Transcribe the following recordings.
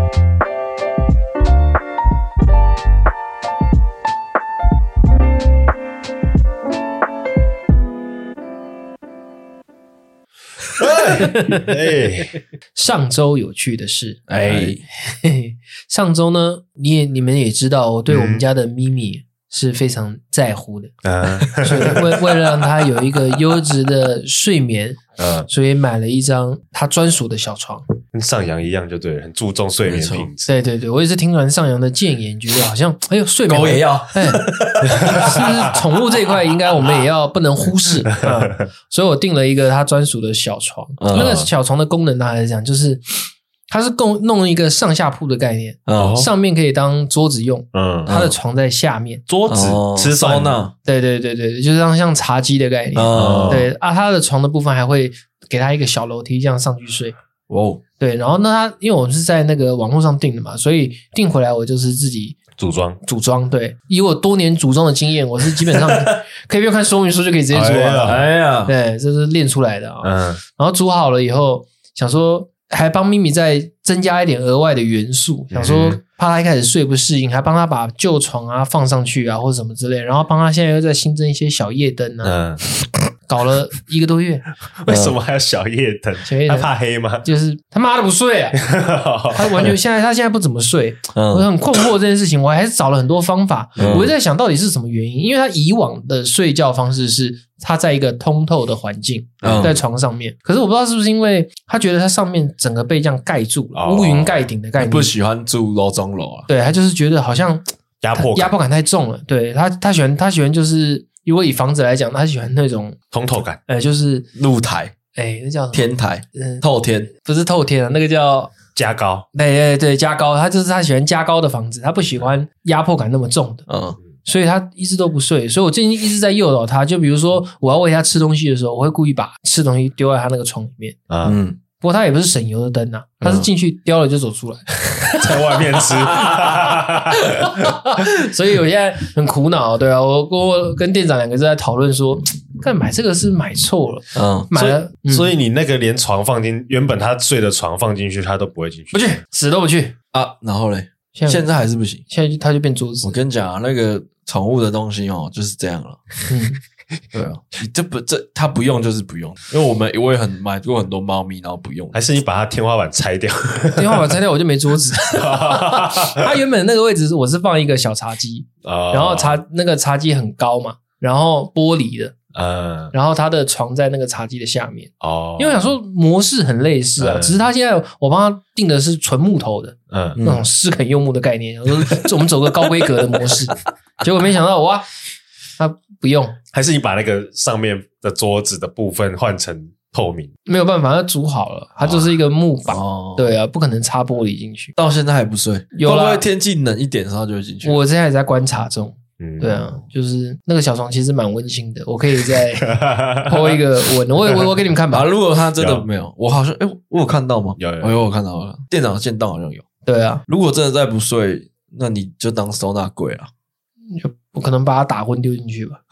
上周有趣的事，上周呢，你们也知道，我对我们家的咪咪是非常在乎的，所以为了让他有一个优质的睡眠，所以买了一张他专属的小床， 跟上扬一样就对了，很注重睡眠品质。 对，我也是听完上扬的建言，觉得好像睡眠狗也要， 是宠物这一块应该我们也要不能忽视所以我订了一个他专属的小床，那个小床的功能大概是这样，就是它是弄一个上下铺的概念，上面可以当桌子用，它的床在下面， 桌子吃饭呢， 对，就是像茶几的概念，对啊，它的床的部分还会给它一个小楼梯，这样上去睡。对，然后那它因为我是在那个网络上订的嘛，所以订回来我就是自己组装。 对，以我多年组装的经验，我是基本上可以不用看说明书就可以直接组了。对，这是练出来的然后组好了以后，想说还帮咪咪再增加一点额外的元素，想说怕他一开始睡不适应，还帮他把旧床啊放上去啊，或者什么之类，然后帮他现在又再新增一些小夜灯啊。搞了1个多月， 为什么还有小夜灯？他怕黑吗？ 就是他妈的不睡啊！他完全他现在不怎么睡，我很困惑这件事情，我还是找了很多方法，我在想到底是什么原因，因为他以往的睡觉方式是他在一个通透的环境，在床上面，可是我不知道是不是因为他觉得他上面整个被这样盖住了，乌云盖顶的概念， 不喜欢住楼中楼啊？ 对，他就是觉得好像压迫感太重了，对他喜欢就是。如果以房子来讲，他喜欢那种通透感， 就是露台， 那叫什么天台，透天， 不是透天啊，那个叫加高， 对，加高，他喜欢加高的房子，他不喜欢压迫感那么重的，所以他一直都不睡，所以我最近一直在诱导他，就比如说我要喂他吃东西的时候，我会故意把吃东西丢在他那个床里面，不过他也不是省油的灯啊，他是进去叼了就走出来， 在外面吃， 所以我现在很苦恼，对啊，我跟店长两个人在讨论说，看买这个是买错了，买了， 所以你那个连床放进原本他睡的床放进去，他都不会进去， 不去，死都不去啊，然后嘞，现在还是不行， 现在他就变桌子。 我跟你讲啊，那个宠物的东西就是这样了，对啊，他不用就是不用，因为我也买过很多猫咪，然后不用， 还是你把它天花板拆掉？ 天花板拆掉我就没桌子。它原本那个位置我是放一个小茶几，然后那个茶几很高嘛，然后玻璃的，然后他的床在那个茶几的下面，因为我想说模式很类似啊，只是他现在我帮他定的是纯木头的，那种适肯用木的概念，我说我们走个高规格的模式，结果没想到哇，他不用。 还是你把那个上面的桌子的部分换成透明？ 没有办法，它煮好了，它就是一个木板，对啊，不可能插玻璃进去。 到现在还不睡，会不会天气冷一点的时候就会进去？ 我现在也在观察中。对啊，就是那个小床其实蛮温馨的，我可以再po一个文，我给你们看吧。 如果他真的没有，我好像我有看到吗？ 有， 我看到了，店长见到好像有。 对啊， 如果真的再不睡，那你就当收纳柜了。 就不可能把它打昏丢进去吧？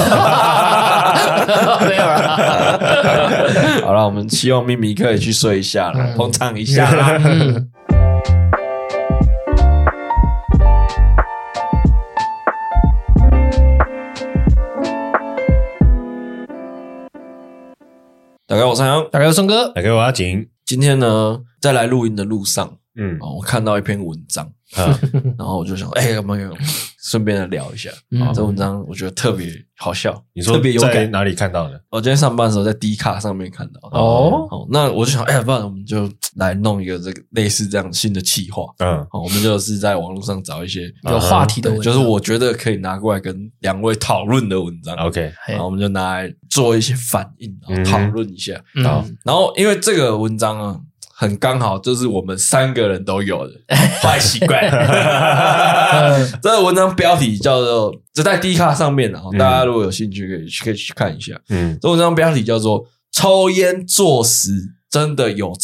没有啦。 好了，我们希望咪咪可以去睡一下啦，捧场一下啦。大家好，我是杨， 大家好，松哥， 大家好，我阿景。 今天呢，在来录音的路上，我看到一篇文章，然后我就想，有没有顺便的聊一下？这文章我觉得特别好笑， 你说特别有感。 在哪里看到的？ 我今天上班的时候在 D 卡上面看到。那我就想，不然我们就来弄一个这个类似这样新的企划。我们就是在网络上找一些有话题的文章， 就是我觉得可以拿过来跟两位讨论的文章。 OK， 然后我们就拿来做一些反应，然后讨论一下。然后因为这个文章啊，很刚好就是我们3个人都有的坏习惯。这个文章标题叫做，这在 D 卡上面，大家如果有兴趣可以去看一下。这文章标题叫做抽烟作死真的有差，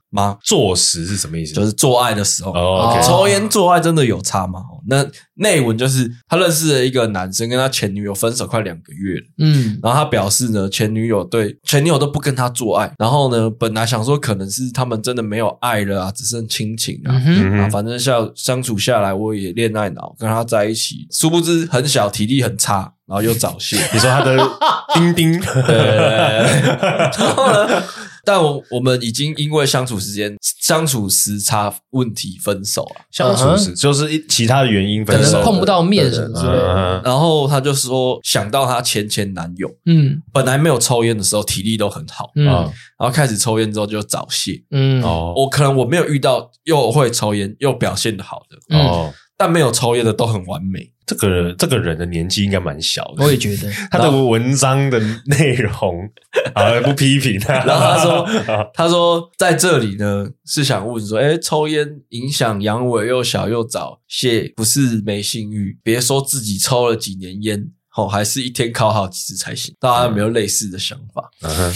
吗？ 坐实是什么意思？ 就是做爱的时候。 Okay 抽烟做爱真的有差吗？那内文就是他认识了一个男生，跟他前女友分手快2个月了。然后他表示呢，前女友都不跟他做爱，然后呢，本来想说可能是他们真的没有爱了啊，只剩亲情啊，反正相处下来我也恋爱脑，跟他在一起，殊不知很小，体力很差。然后又早泄， 你说他的丁丁， 对，然后呢？但我们已经因为相处时差问题分手了。 相处时就是其他的原因分手， 可能碰不到面什么之类的。 然后他就说想到他前男友，本来没有抽烟的时候体力都很好，然后开始抽烟之后就早泄，我没有遇到又会抽烟又表现得好的，但没有抽烟的都很完美。 这个人的年纪应该蛮小的， 我也觉得他的文章的内容不批评他。 然后他说在这里呢是想问说，抽烟影响阳痿又小又早泄，不是没性欲，别说自己抽了几年烟，还是一天考好几次才行。大家有没有类似的想法？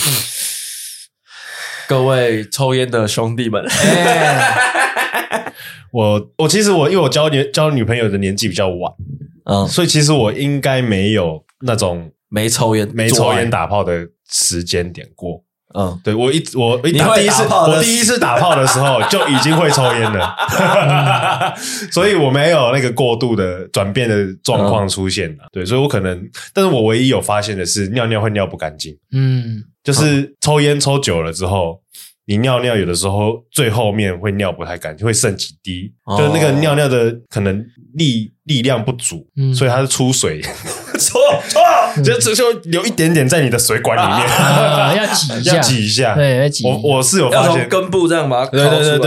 各位抽烟的兄弟们， 我其实因为我交女朋友的年纪比较晚，所以其实我应该没有那种没抽烟打炮的时间点过。对，我第一次打炮的时候就已经会抽烟了，所以我没有那个过度的转变的状况出现了。对，所以我可能，但是我唯一有发现的是尿尿会尿不干净。就是抽烟抽久了之后，你尿尿有的时候最后面会尿不太干净，会剩几滴，就是那个尿尿的可能力量不足，所以它是出水，就留一点点在你的水管里面， 要挤一下，对，要挤。 我是有发现， 要从根部这样把它对，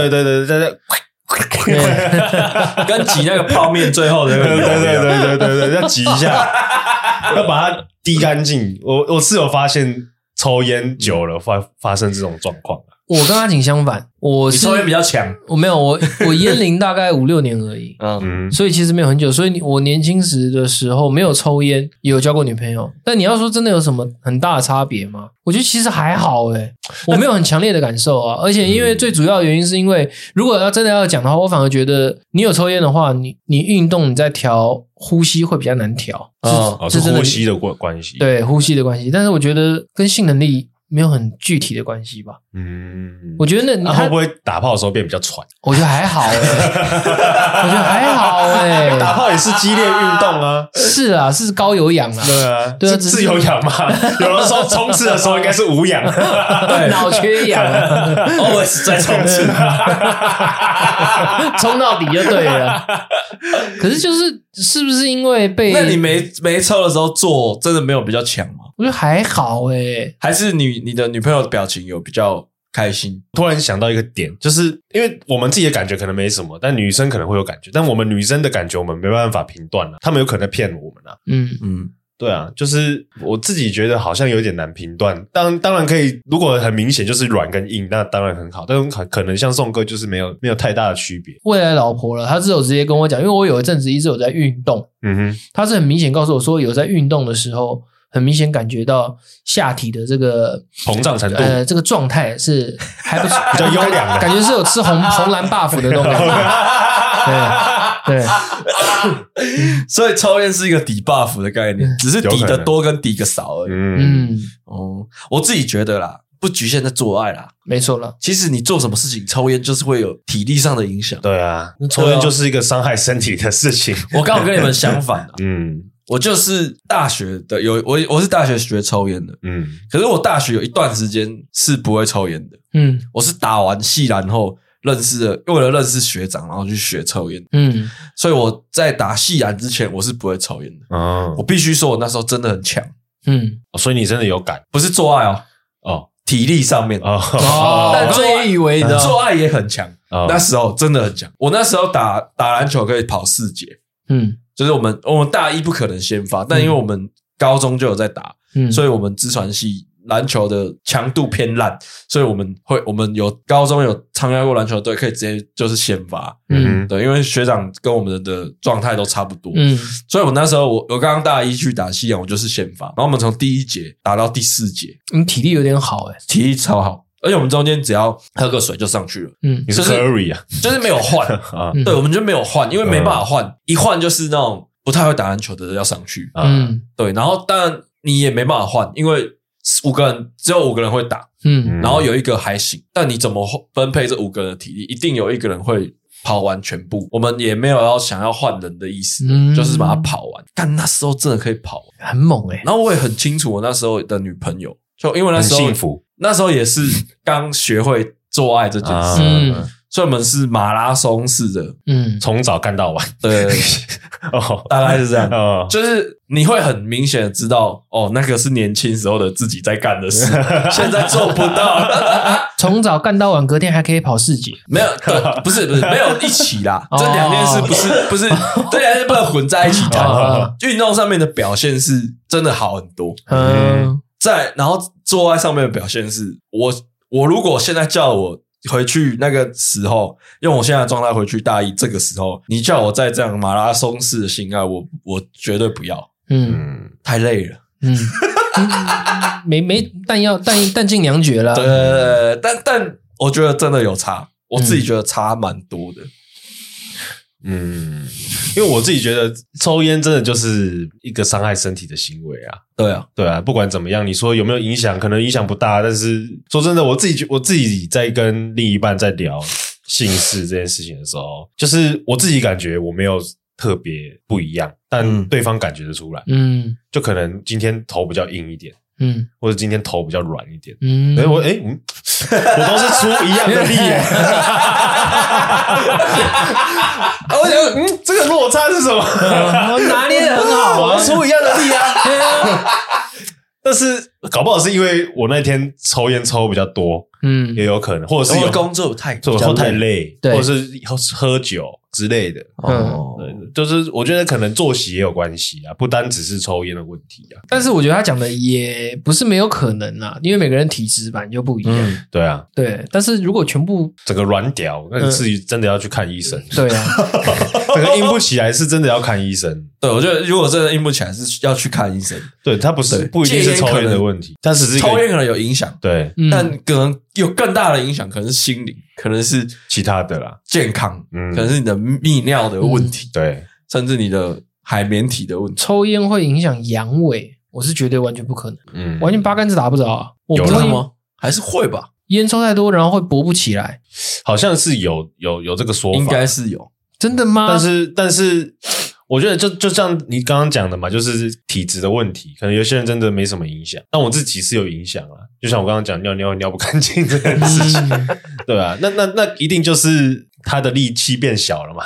跟挤那个泡面最后的那个， 对，要挤一下，要把它滴干净。我是有发现。抽烟久了发生这种状况。 我跟阿景相反， 你抽烟比较强， 我没有，我烟龄大概5-6年而已，所以其实没有很久。所以我年轻时的时候没有抽烟，也有交过女朋友。但你要说真的有什么很大的差别吗？我觉得其实还好我没有很强烈的感受啊。而且因为最主要的原因是因为，如果真的要讲的话，我反而觉得你有抽烟的话，你运动你在调呼吸会比较难调， 是呼吸的关系， 对，呼吸的关系。但是我觉得跟性能力没有很具体的关系吧。我觉得那会不会打炮的时候变比较喘？ 我觉得还好我觉得还好打炮也是激烈运动啊。 是啊，是高有氧啊。 对啊，是有氧嘛。有的时候冲刺的时候应该是无氧， 对，脑缺氧 always 在冲刺， 冲到底就对了。可是是不是因为那你没抽的时候做真的没有比较强吗？ 我觉得还好还是你的女朋友的表情有比较开心？ 突然想到一个点，就是因为我们自己的感觉可能没什么，但女生可能会有感觉，但我们女生的感觉我们没办法评断他们有可能骗我们啊。对啊，就是我自己觉得好像有点难评断。当然可以，如果很明显就是软跟硬，那当然很好。但可能像宋哥就是没有太大的区别。 未来老婆了，他只有直接跟我讲，因为我有一阵子一直有在运动，他是很明显告诉我说，有在运动的时候，很明显感觉到下体的这个膨胀程度， 这个状态是还不错， 比较优良的， 感觉是有吃红蓝 buff 的那种感觉。对， 所以抽烟是一个抵 buff 的概念，只是抵的多跟抵的少而已。我自己觉得啦，不局限在做爱啦， 没错啦。 其实你做什么事情，抽烟就是会有体力上的影响。 对啊，抽烟就是一个伤害身体的事情。 我刚好跟你们相反我就是大学的我是大学学抽烟的，可是我大学有一段时间是不会抽烟的，我是打完系篮后为了认识学长，然后去学抽烟，所以我在打系篮之前我是不会抽烟的，我必须说我那时候真的很强， 所以你真的有感， 不是做爱体力上面但我也以为做爱也很强，那时候真的很强，我那时候打篮球可以跑4节，就是我们大一不可能先发，但因为我们高中就有在打，所以我们资传系篮球的强度偏烂，所以我们有高中有参加过篮球队，可以直接就是先发，对，因为学长跟我们的状态都差不多，所以我那时候我刚刚大一去打西洋，我就是先发，然后我们从第1节打到第4节， 你体力有点好体力超好。 而且我们中间只要喝个水就上去了。 你是 Curry 啊， 就是没有换对，我们就没有换，因为没办法换，一换就是那种不太会打篮球的人要上去。对，然后当然你也没办法换，因为5个人只有5个人会打，然后有一个还行，但你怎么分配这5个人的体力？一定有一个人会跑完全部，我们也没有想要换人的意思，就是把它跑完。但那时候真的可以跑完， 很猛然后我也很清楚我那时候的女朋友，就因为那时候很幸福， 那时候也是刚学会做爱这件事，所以我们是马拉松式的， 从早干到晚， 对，大概是这样，就是你会很明显的知道，那个是年轻时候的自己在干的事，现在做不到， 从早干到晚，隔天还可以跑4节， 没有，不是没有一起啦，这2件事不是，这2件事不能混在一起谈。运动上面的表现是真的好很多，然后做爱上面的表现是我如果现在叫我回去那个时候，用我现在的状态回去大一这个时候，你叫我再这样马拉松式的性爱，我绝对不要，太累了， 没弹尽粮绝了， 对，但我觉得真的有差，我自己觉得差蛮多的。 因为我自己觉得抽烟真的就是一个伤害身体的行为啊。对啊，不管怎么样，你说有没有影响？可能影响不大，但是说真的，我自己在跟另一半在聊性事这件事情的时候，就是我自己感觉我没有特别不一样，但对方感觉得出来。就可能今天头比较硬一点。或者今天头比较软一点，我都是出一样的力耶，我觉得这个落差是什么？ 我拿捏的很好我出一样的力啊，但是搞不好是因为我那天抽烟抽比较多，也有可能，或者是有工作太累，或者是喝酒之类的，就是我觉得可能作息也有关系啊，不单只是抽烟的问题啊。 但是我觉得他讲的也不是没有可能啊，因为每个人体质版就不一样。 对啊， 对。但是如果全部整个软屌，那是真的要去看医生。 对啊， 整个硬不起来是真的要看医生。 对，我觉得如果真的硬不起来是要去看医生。 对，他不一定是抽烟的问题，但是抽烟可能有影响， 对， 但可能有更大的影响，可能是心理，可能是其他的啦， 健康，可能是你的泌尿的问题， 对， 甚至你的海绵体的问题。 抽烟会影响阳痿，我是绝对完全不可能，完全八竿子打不着啊！ 有吗？还是会吧？ 烟抽太多，然后会勃不起来， 好像是有这个说法， 应该是有， 真的吗？ 但是。我觉得就像你刚刚讲的嘛，就是体质的问题，可能有些人真的没什么影响，但我自己是有影响啊。就像我刚刚讲尿不干净这件事情，对啊，那一定就是他的力气变小了嘛。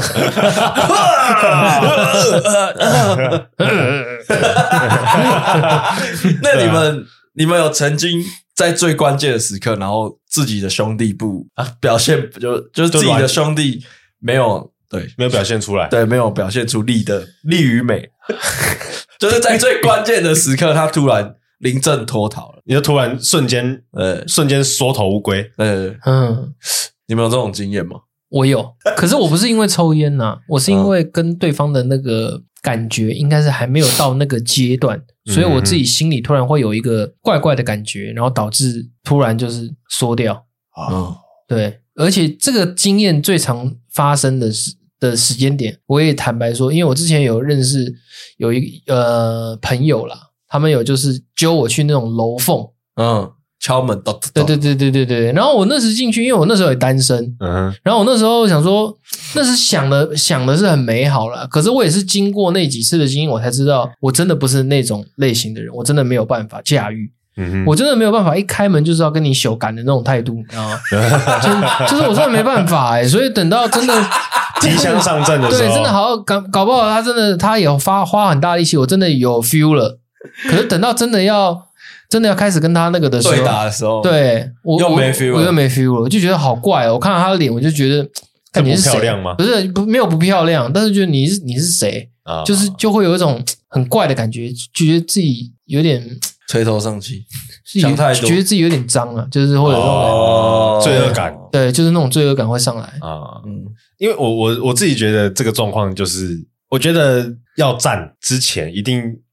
那你们有曾经在最关键的时刻，然后自己的兄弟表现就是自己的兄弟没有。对， 没有表现出来， 对，没有表现出力与美，就是在最关键的时刻，他突然临阵脱逃了， 你就突然瞬间缩头乌龟， 你们有这种经验吗？ 我有，可是我不是因为抽烟呐，我是因为跟对方的那个感觉应该是还没有到那个阶段，所以我自己心里突然会有一个怪怪的感觉，然后导致突然就是缩掉。对，而且这个经验最常发生的时间点，我也坦白说，因为我之前有认识有一朋友啦，他们有就是揪我去那种楼缝， 敲门， 对，然后我那时进去，因为我那时候也单身，然后我那时候想说，那时想的是很美好啦，可是我也是经过那几次的经验，我才知道我真的不是那种类型的人，我真的没有办法驾驭。我真的没有办法一开门就是要跟你修改的那种态度，你知道吗？就是我真的没办法所以等到真的机枪上阵的时候， 对，真的好搞不好他也花很大力气，我真的有 feel 了。可是等到真的要开始跟他那个的时候， 对打的时候， 对我又没 feel 了，我就觉得好怪哦。我看到他的脸，我就觉得你是谁？ 漂亮吗？ 不是，没有不漂亮，但是觉得你是谁？就会有一种很怪的感觉，就觉得自己有点垂头丧气，想太多， 觉得自己有点脏啊，就是会有那种罪恶感， 对，就是那种罪恶感会上来啊。因为我自己觉得这个状况就是，我觉得要站之前一定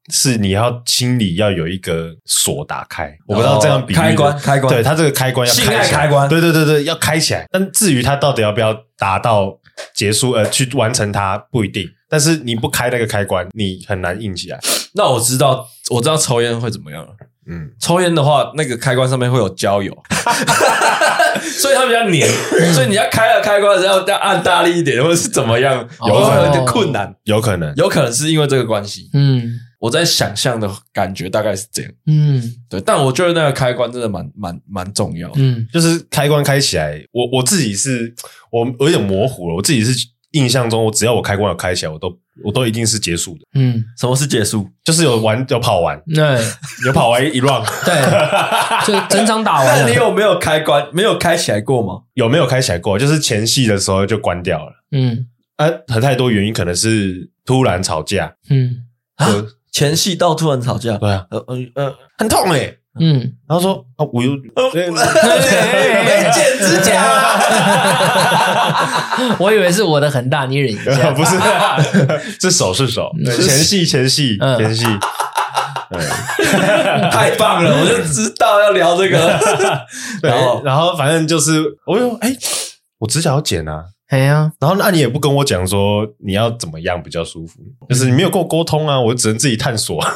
是你要心里要有一个锁打开，我不知道这样比喻开关， 对，它这个开关要开起来， 开关， 对，要开起来。但至于它到底要不要达到结束，去完成它不一定。但是你不开那个开关，你很难硬起来。 那我知道抽烟会怎么样了。抽烟的话，那个开关上面会有焦油，所以它比较黏，所以你要开了开关的时候要按大力一点，或者是怎么样，有点困难， 有可能是因为这个关系。我在想象的感觉大概是这样。对，但我觉得那个开关真的蛮重要的。 就是开关开起来，我自己是我有点模糊了，我自己是印象中，只要我开关有开起来，我都一定是结束的。 什么是结束？ 就是有跑完， 对， 有跑完一 round， 对，就整场打完了。 那你有没有开关？没有开起来过吗？ 有没有开起来过？就是前戏的时候就关掉了。太多原因，可能是突然吵架。 前戏到突然吵架， 对啊，很痛欸。然后说我又没剪指甲， 我以为是我的很大，你忍一下， 不是，是手，前戏， 太棒了，我就知道要聊这个。 然后反正就是我指甲要剪啊。然后你也不跟我讲说你要怎么样比较舒服，就是你没有跟我沟通啊，我只能自己探索。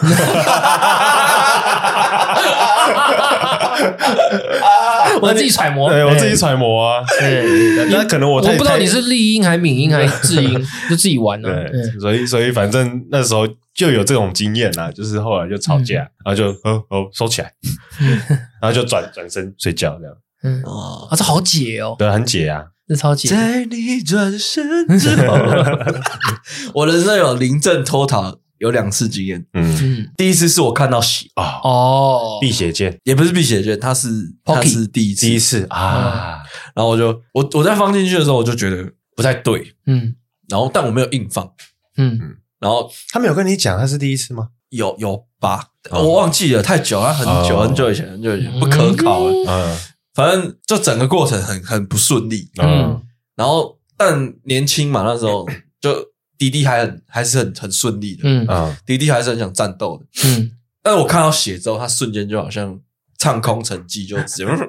我自己揣摩， 对，我自己揣摩啊。那可能我不知道你是立音还是敏音还是字音，就自己玩了。 对，所以反正那时候就有这种经验啦，就是后来就吵架，然后就收起来，然后就转身睡觉这样。 这好解哦， 对，很解啊。 这超解。 在你转身之后，我人生有临阵脱逃有2次经验。第一次是我看到血辟邪剑， 也不是辟邪剑，它是第一次啊。然后我在放进去的时候，我就觉得不太对。然后但我没有硬放。然后他没有跟你讲他是第一次吗？ 有吧，我忘记了，太久了，很久以前，不可考了。反正就整个过程很不顺利。然后但年轻嘛，那时候就弟弟还是很顺利的。弟弟还是很想战斗的。但是我看到血之后，他瞬间就好像唱空成绩，就直接这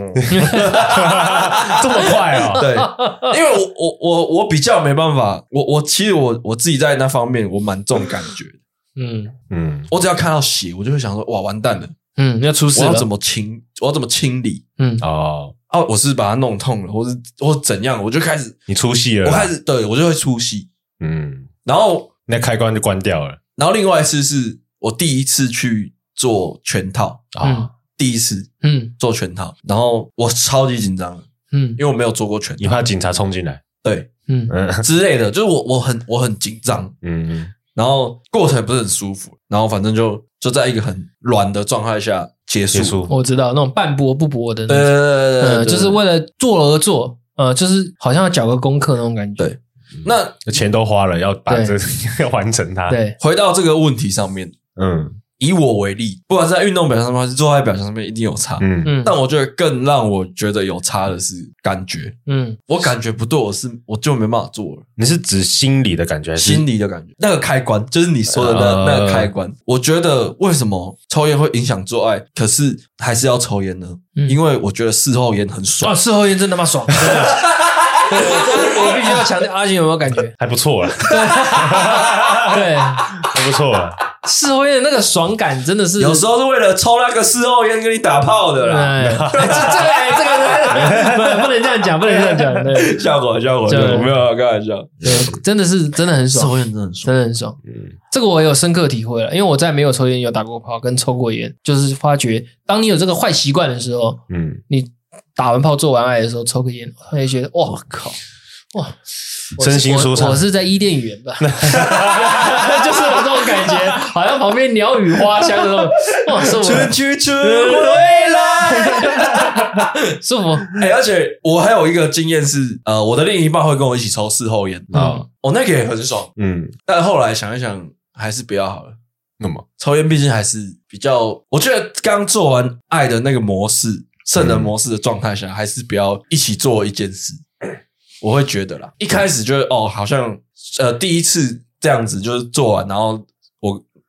么快啊？ 对，因为我比较没办法，其实我自己在那方面我蛮重感觉的。我只要看到血，我就会想说哇完蛋了。 要出事了， 我要怎么清理？我是把它弄痛了，或怎样，我就开始你出戏了， 我就会出戏。然后那开关就关掉了。 然后另外一次是我第一次去做全套第一次做全套，然后我超级紧张的，因为我没有做过全套， 你怕警察冲进来， 对，之类的，就是我很紧张，然后过程不是很舒服，然后反正就在一个很软的状态下结束。 我知道那种半搏不搏的， 对， 就是为了做而做，就是好像要缴个功课那种感觉。 对，那钱都花了，要把这要完成它。 对， 回到这个问题上面，以我为例，不管是在运动表现上面还是做爱表现上面，一定有差。但我觉得更让我觉得有差的是感觉。我感觉不对，我就没办法做了。 你是指心理的感觉还是心理的感觉？那个开关就是你说的那个开关。我觉得为什么抽烟会影响做爱，可是还是要抽烟呢？因为我觉得事后烟很爽。 事后烟真他妈爽！我必须要强调，阿信有没有感觉？ 还不错了。 对， 还不错了。 事后烟的那个爽感真的是， 有时候是为了抽那个事后烟跟你打炮的啦。 这个不能这样讲，不能这样讲。对， 效果，我没有开玩笑。 对，真的很爽， 事后烟真的很爽， 真的很爽。这个我也有深刻体会了，因为我在没有抽烟、有打过炮跟抽过烟，就是发觉，当你有这个坏习惯的时候，你打完炮做完爱的时候抽个烟，我也觉得哇靠，哇。 身心舒畅， 我是在伊甸园吧，就是有这种感觉，好像旁边鸟语花香的那种，哇，舒服， 春回来， 舒服。 而且我还有一个经验是，我的另一半会跟我一起抽事后烟那个也很爽，但后来想一想，还是不要好了。 那么抽烟毕竟还是比较，我觉得刚做完爱的那个模式，圣人模式的状态下，还是不要一起做一件事。我会觉得啦，一开始觉得好像第一次这样子就是做完，然后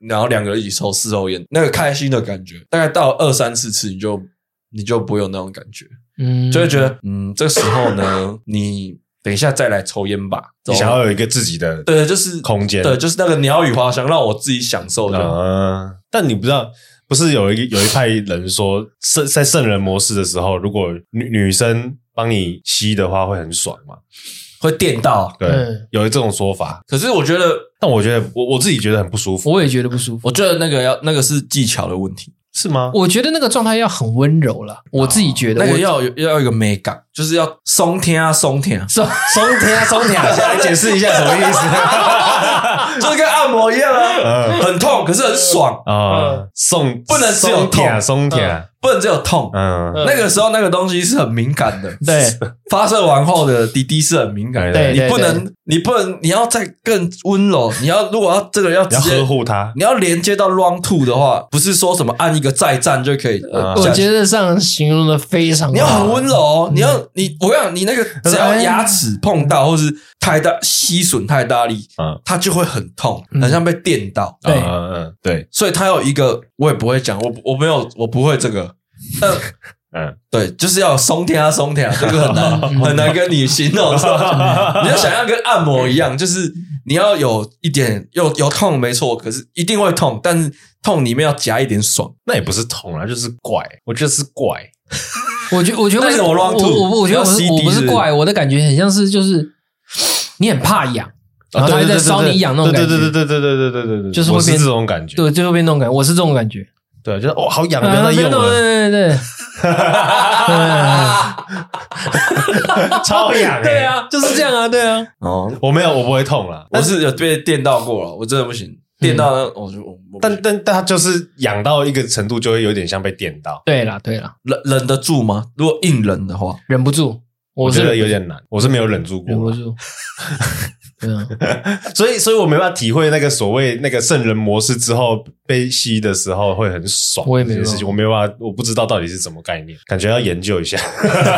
然后2个人一起抽事后烟，那个开心的感觉，大概到2-3-4次你就不会有那种感觉，就会觉得这时候呢，你等一下再来抽烟吧。 你想要有一个自己的对，就是空间， 对，就是那个鸟语花香，让我自己享受的。 但你不知道，不是有一派人说，在圣人模式的时候，如果女生帮你吸的话，会很爽嘛？ 会电到， 对，有这种说法。 可是我觉得， 但我觉得我自己觉得很不舒服。 我也觉得不舒服。 我觉得那个是技巧的问题。 是吗？ 我觉得那个状态要很温柔啦，我自己觉得那个要有一个美感，就是要松天， 松天，现在解释一下什么意思？ 就是跟按摩一样啊，很痛，可是很爽啊。 不能只有痛， 松天。 不能只有痛，那个时候那个东西是很敏感的， 对， 发射完后的滴滴是很敏感的， 对， 你不能，你要再更温柔，如果要这个要直接呵护它， 你要连接到 round 2的话，不是说什么按一个再战就可以。 我觉得这样形容的非常好， 你要很温柔，我跟你讲，你那个只要牙齿碰到或是太大吸吮太大力，它就会很痛，很像被电到。 对， 对， 所以它有一个，我也不会讲，我不会这个。对，就是要松天，这个很难跟你形容。你就想要跟按摩一样，就是你要有一点有痛没错，可是一定会痛，但是痛里面要夹一点爽。 那也不是痛啦，就是怪，我觉得是怪。 我觉得我觉得我不是怪，我的感觉很像是就是你很怕痒，然后他在烧你痒那种感觉。 对， 就是会变这种感觉。 对，就会变那种感觉。我是这种感觉。 对，就是好痒，不要再用了。 对， 超痒。 对啊，就是这样啊，对啊。 我没有，我不会痛啦。 我是有被电到过了，我真的不行。电到我就， 但它就是痒到一个程度，就会有点像被电到。 对啦， 忍得住吗？如果硬忍的话， 忍不住。 我觉得有点难，我是没有忍住过。 忍不住。 所以我没办法体会那个所谓那个圣人模式之后被吸的时候会很爽。 我也没有事情，我没有办法，我不知道到底是什么概念，感觉要研究一下。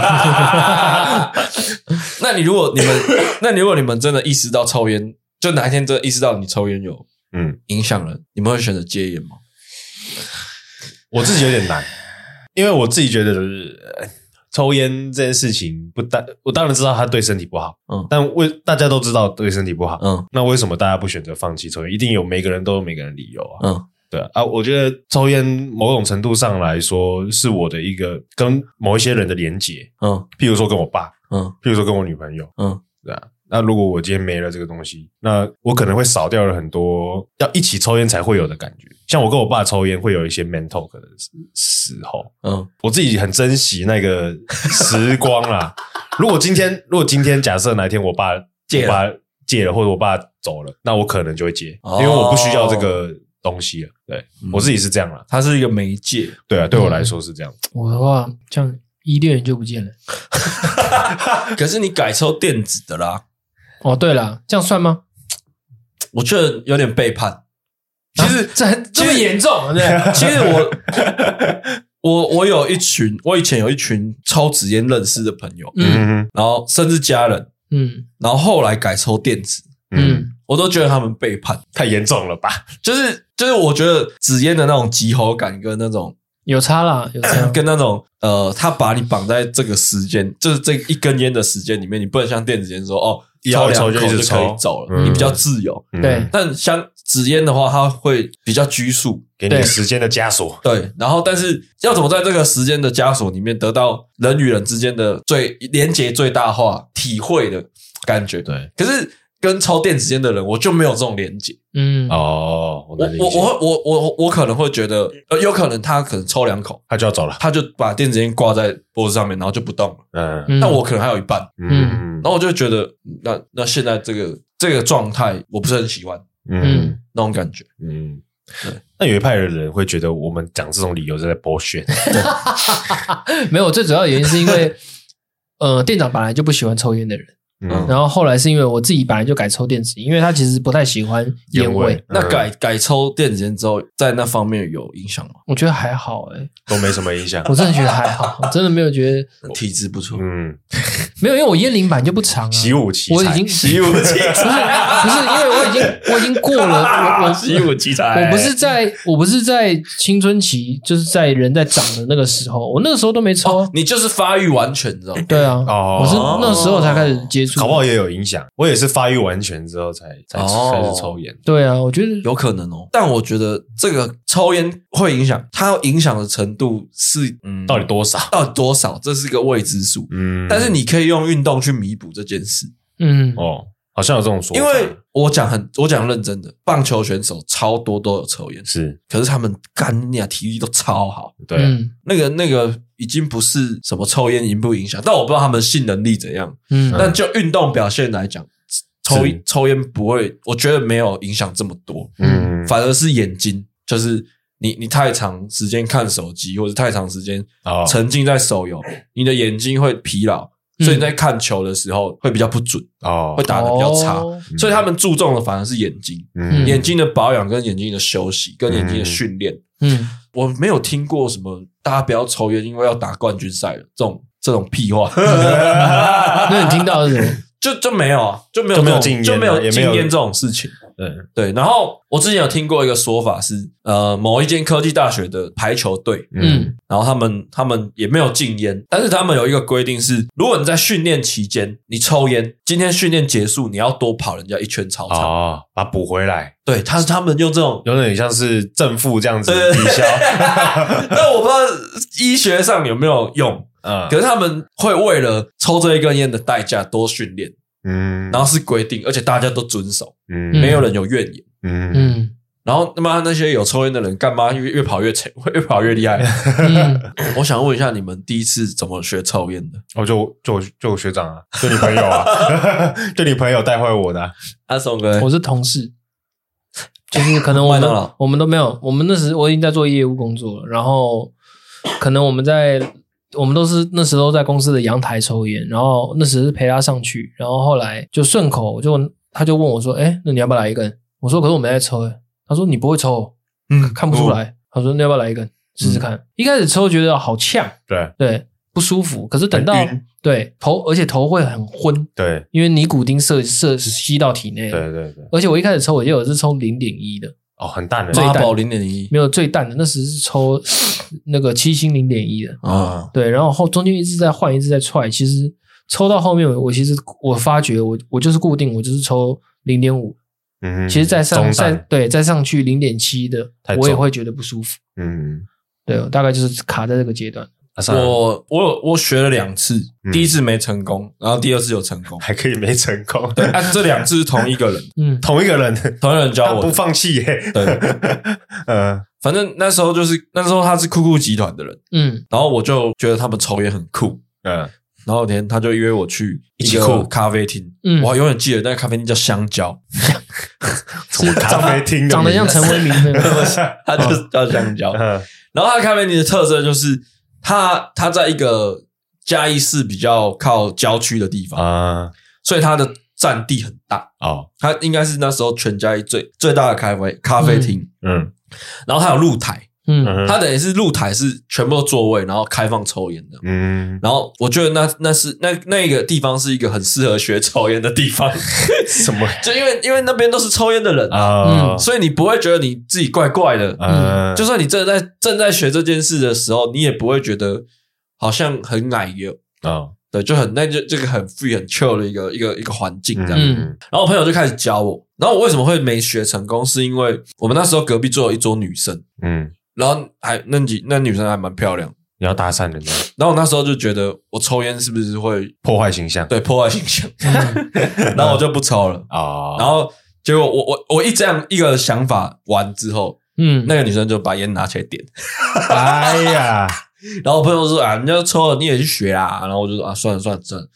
那如果你们真的意识到抽烟，就哪一天真的意识到你抽烟有影响了，你们会选择戒烟吗？ 我自己有点难，因为我自己觉得抽烟这件事情我当然知道它对身体不好，但大家都知道对身体不好，那为什么大家不选择放弃抽烟？一定有每个人都有每个人的理由啊，对啊，我觉得抽烟某种程度上来说是我的一个跟某一些人的连结，譬如说跟我爸，譬如说跟我女朋友，对啊。那如果我今天没了这个东西，那我可能会少掉了很多要一起抽烟才会有的感觉。像我跟我爸抽烟会有一些 mental 的时候，我自己很珍惜那个时光啦。如果今天假设哪一天我爸戒了，或者我爸走了，那我可能就会戒，因为我不需要这个东西了。对，我自己是这样啦， 它是一个媒介。 对啊，对我来说是这样。 我的话，这样1-2年就不见了。 可是你改抽电子的啦。 哦，对了，这样算吗？ 我觉得有点背叛。其实这么严重，对。 其实我以前有一群抽纸烟认识的朋友，然后甚至家人，然后后来改抽电子，我都觉得他们背叛， 太严重了吧？ 就是我觉得纸烟的那种急吼感跟那种有差啦，有差， 跟那种他把你绑在这个时间，就是这一根烟的时间里面，你不能像电子烟说抽2口就可以走了，你比较自由。 对， 但像纸烟的话，它会比较拘束， 给你时间的枷锁。 对，然后但是要怎么在这个时间的枷锁里面得到人与人之间的连结最大化、体会的感觉？对，可是跟抽电子烟的人，我就没有这种连结。我可能会觉得，有可能他可能抽2口， 他就要走了， 他就把电子烟挂在脖子上面，然后就不动了。但我可能还有一半。然后我就觉得，那现在这个状态，我不是很喜欢。那种感觉。对。 那有一派的人会觉得我们讲这种理由是在剥削。 没有，最主要的原因是因为店长本来就不喜欢抽烟的人。 然后后来是因为我自己本来就改抽电子烟，因为他其实不太喜欢烟味。 那改抽电子烟之后，在那方面有影响吗？ 我觉得还好都没什么影响。 我真的觉得还好，我真的没有觉得体质不错。 没有，因为我烟龄版就不长啊。 习武奇才， 我已经习武奇才， 不是因为我已经过了我习武奇才。 我不是在青春期，就是在人在长的那个时候，我那个时候都没抽。 你就是发育完全，知道吗？ 对啊，我是那时候才开始接触， 搞不好也有影响。我也是发育完全之后才开始抽烟。 对啊，我觉得有可能哦。但我觉得这个抽烟会影响，它影响的程度是到底多少？ 这是个未知数。但是你可以用运动去弥补这件事。 好像有这种说法。 因为我讲认真的，棒球选手超多都有抽烟， 是， 可是他们干你体力都超好。 对， 那个已经不是什么抽烟影不影响，但我不知道他们性能力怎样。但就运动表现来讲，抽烟不会，我觉得没有影响这么多。反而是眼睛，就是你太长时间看手机，或者太长时间沉浸在手游，你的眼睛会疲劳。所以你在看球的时候会比较不准会打得比较差。所以他们注重的反而是眼睛，眼睛的保养跟眼睛的休息跟眼睛的训练。我没有听过什么大家不要抽烟，因为要打冠军赛了这种屁话。 那你听到是什么？ 就没有啊，就没有禁烟这种事情。对。然后我之前有听过一个说法是，某一间科技大学的排球队，然后他们也没有禁烟，但是他们有一个规定是，如果你在训练期间你抽烟，今天训练结束你要多跑人家一圈操场把它补回来。 对，他们用这种有点像是正负这样子抵消。 但我不知道医学上有没有用。可是他们会为了抽这一根烟的代价多训练，然后是规定，而且大家都遵守，没有人有怨言，然后他妈那些有抽烟的人干嘛越跑越强，越跑越厉害。我想问一下，你们第一次怎么学抽烟的？ 就学长啊，就你朋友啊，就你朋友带坏我的啊。 阿松哥， 我是同事，就是可能我们都没有，我们那时我已经在做业务工作了，然后可能我们都是那时候在公司的阳台抽烟，然后那时是陪他上去，然后后来就顺口他就问我说：“那你要不要来一根？”我说：“可是我没在抽。”他说：“你不会抽，看不出来。”他说：“你要不要来一根试试看？”一开始抽觉得好呛，对，不舒服。可是等到而且头会很昏， 对， 因为尼古丁吸到体内， 对。 而且我一开始抽，我记得我是抽 0.1 的。 很淡的， 最淡 0.1 没有最淡的，那时是抽那个7星 0.1 的对，然后中间一直在换，一直在踹。其实抽到后面，我发觉我就是固定，我就是抽 0.5。其实再上去 0.7 的，我也会觉得不舒服。对，大概就是卡在这个阶段。 我学了2次，第一次没成功，然后第二次有成功， 还可以没成功。 对，这2次是同一个人， 同一个人教我， 他不放弃耶。 对，反正那时候他是酷酷集团的人，然后我就觉得他们抽烟很酷，然后有天他就约我去一个咖啡厅，我永远记得那个咖啡厅叫香蕉， 什么咖啡厅长得像陈为民那个， 他就叫香蕉。然后他咖啡厅的特色就是他在一个嘉义市比较靠郊区的地方所以它的占地很大它应该是那时候全嘉义最大的咖啡厅，然后它有露台，它等于是露台是全部都座位，然后开放抽烟的，然后我觉得那个地方是一个很适合学抽烟的地方。 什么？ 就因为那边都是抽烟的人所以你不会觉得你自己怪怪的，就算你正在学这件事的时候，你也不会觉得好像很矮油对，就这个很 free 很 chill 的一个环境这样。然后我朋友就开始教我，然后我为什么会没学成功，是因为我们那时候隔壁坐了一桌女生，然后那女生还蛮漂亮， 你要搭讪人家。 然后我那时候就觉得我抽烟是不是会破坏形象？ 对，破坏形象。然后我就不抽了然后结果我这样一个想法完之后，那个女生就把烟拿起来点。 哎呀！ 然后我朋友说人家抽了你也去学啦，然后我就说算了。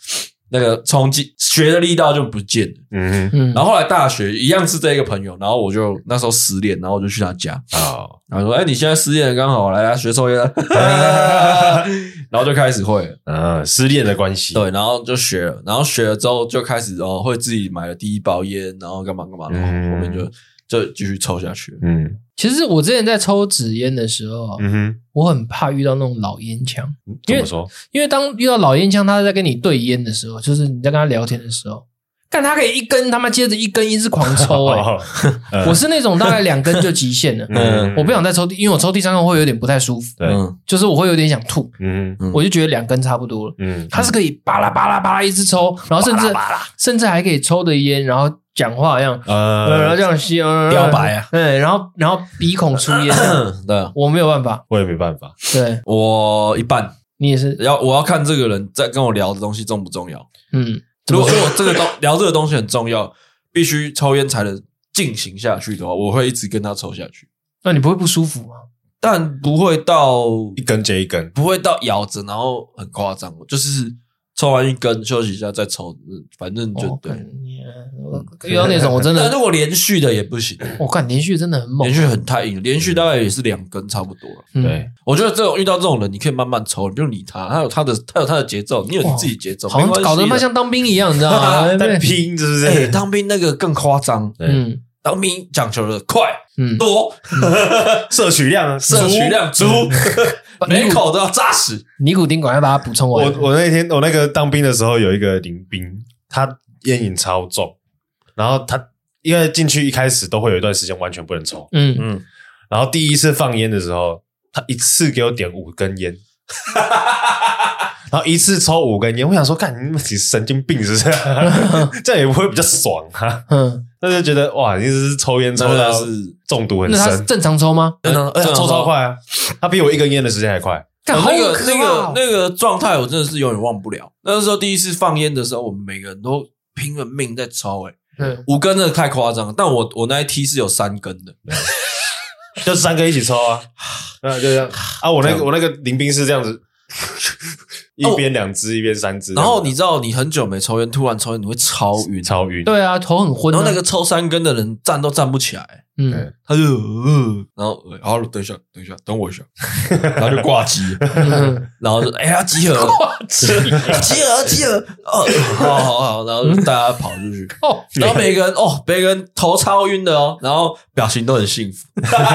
那个冲击学的力道就不见了。然后后来大学一样是这个朋友，然后我就那时候失恋，然后我就去他家然后说你现在失恋了，刚好来学抽烟然后就开始会了失恋的关系， 对，然后就学了，然后学了之后就开始会自己买了第一包烟，然后干嘛，然后后面就继续抽下去。 其实我之前在抽纸烟的时候，我很怕遇到那种老烟枪。 怎么说？ 因为当遇到老烟枪，他在跟你对烟的时候，就是你在跟他聊天的时候，干他可以一根他妈接着一根一直狂抽我是那种大概2根就极限了。我不想再抽，因为我抽第3根会有点不太舒服，就是我会有点想吐。我就觉得2根差不多了。他是可以巴拉巴拉巴拉一直抽，然后甚至还可以抽的烟，然后讲话一样，然后这样吸， 雕白啊， 对，然后鼻孔出烟， 对， 我没有办法， 我也没办法， 对， 我一半， 你也是， 我要看这个人在跟我聊的东西重不重要，如果我聊这个东西很重要，必须抽烟才能进行下去的话，我会一直跟他抽下去。 那你不会不舒服吗？ 但不会到一根接一根， 不会到咬着，然后很夸张，就是抽完一根休息一下再抽，反正就对。 遇到那种我真的， 但如果连续的也不行。 我看连续真的很猛， 连续很太硬，连续大概也是2根差不多了。 对， 我觉得遇到这种人，你可以慢慢抽，你不用理他，他有他的节奏，你有你自己节奏， 好像搞得像当兵一样，你知道吗？ 在拼是不是？ 当兵那个更夸张，当兵讲求的快多， 摄取量足， 每口都要扎实。 尼古丁赶快把它补充完。 我那天我那个当兵的时候，有一个林兵，他烟瘾超重，然后他因为进去一开始都会有一段时间完全不能抽，然后第一次放烟的时候，他一次给我点5根烟。然后一次抽5根烟，我想说，干你神经病是不是？这样也不会比较爽啊。那就觉得哇，你是抽烟抽到是中毒很深。 那他是正常抽吗？ 正常，抽超快啊！他比我1根烟的时间还快。 那个状态，我真的是永远忘不了。那时候第一次放烟的时候，我们每个人都拼了命在抽，5根真的太夸张了。但我那一梯是有3根的， 就3根一起抽啊。就这样啊！我那个林兵是这样子。一边2支，一边3支。 然后你知道，你很久没抽烟，突然抽烟，你会超晕。 对啊，头很昏。 然后那个抽3根的人站都站不起来。他就然后好，等一下，等我一下，然后就挂机，然后就要集合，集合，好，然后大家跑出去，然后每个人头超晕的然后表情都很幸福。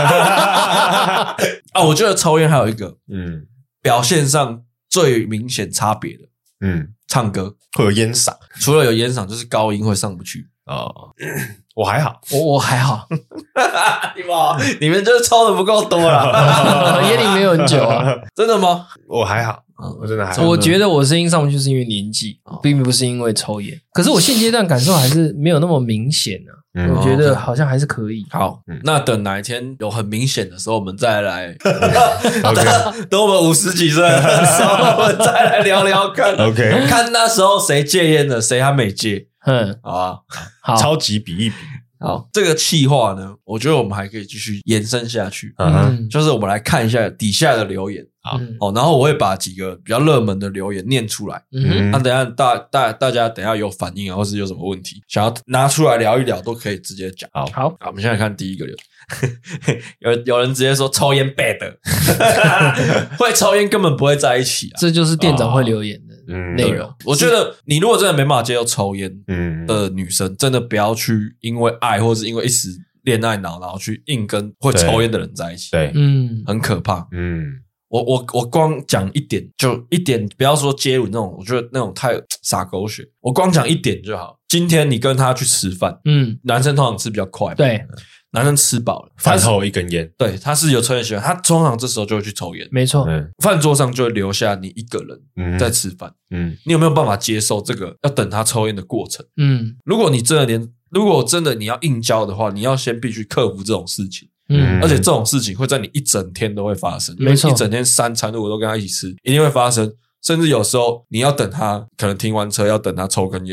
我觉得抽烟还有一个，表现上最明显差别的，唱歌会有烟嗓， 除了有烟嗓，就是高音会上不去。 我还好， 我还好。 你们就是抽的不够多啦。 烟龄没有很久啊。 真的吗？ 我还好，我真的还好。 我觉得我声音上不去是因为年纪，并不是因为抽烟。可是我现阶段感受还是没有那么明显啊。我觉得好像还是可以。 好，那等哪一天有很明显的时候，我们再来。等我们50几岁的时候，我们再来聊聊看。 OK， 看那时候谁戒烟了，谁还没戒。好吧， 好，超级比一比。 好，这个企划呢，我觉得我们还可以继续延伸下去。就是我们来看一下底下的留言。然后我会把几个比较热门的留言念出来。那等一下大家等一下有反应或是有什么问题想要拿出来聊一聊，都可以直接讲。好，我们现在看第一个留言。有人直接说抽烟 bad， 会抽烟根本不会在一起啊。 这就是店长会留言的内容。 我觉得你如果真的没办法接受抽烟的女生，真的不要去因为爱或是因为一时恋爱脑，然后去硬跟会抽烟的人在一起。 对， 很可怕。我光讲一点，就一点，不要说接吻那种，我觉得那种太洒狗血。我光讲一点就好。今天你跟他去吃饭，男生通常吃比较快， 对， 男生吃饱了， 饭后1根烟， 对，他是有抽烟习惯，他通常这时候就会去抽烟， 没错。 饭桌上就会留下你一个人在吃饭，你有没有办法接受这个要等他抽烟的过程？如果真的你要硬交的话，你要先必须克服这种事情。而且这种事情会在你一整天都会发生，因为一整天3餐如果都跟他一起吃，一定会发生。甚至有时候你要等他，可能停完车要等他抽根烟，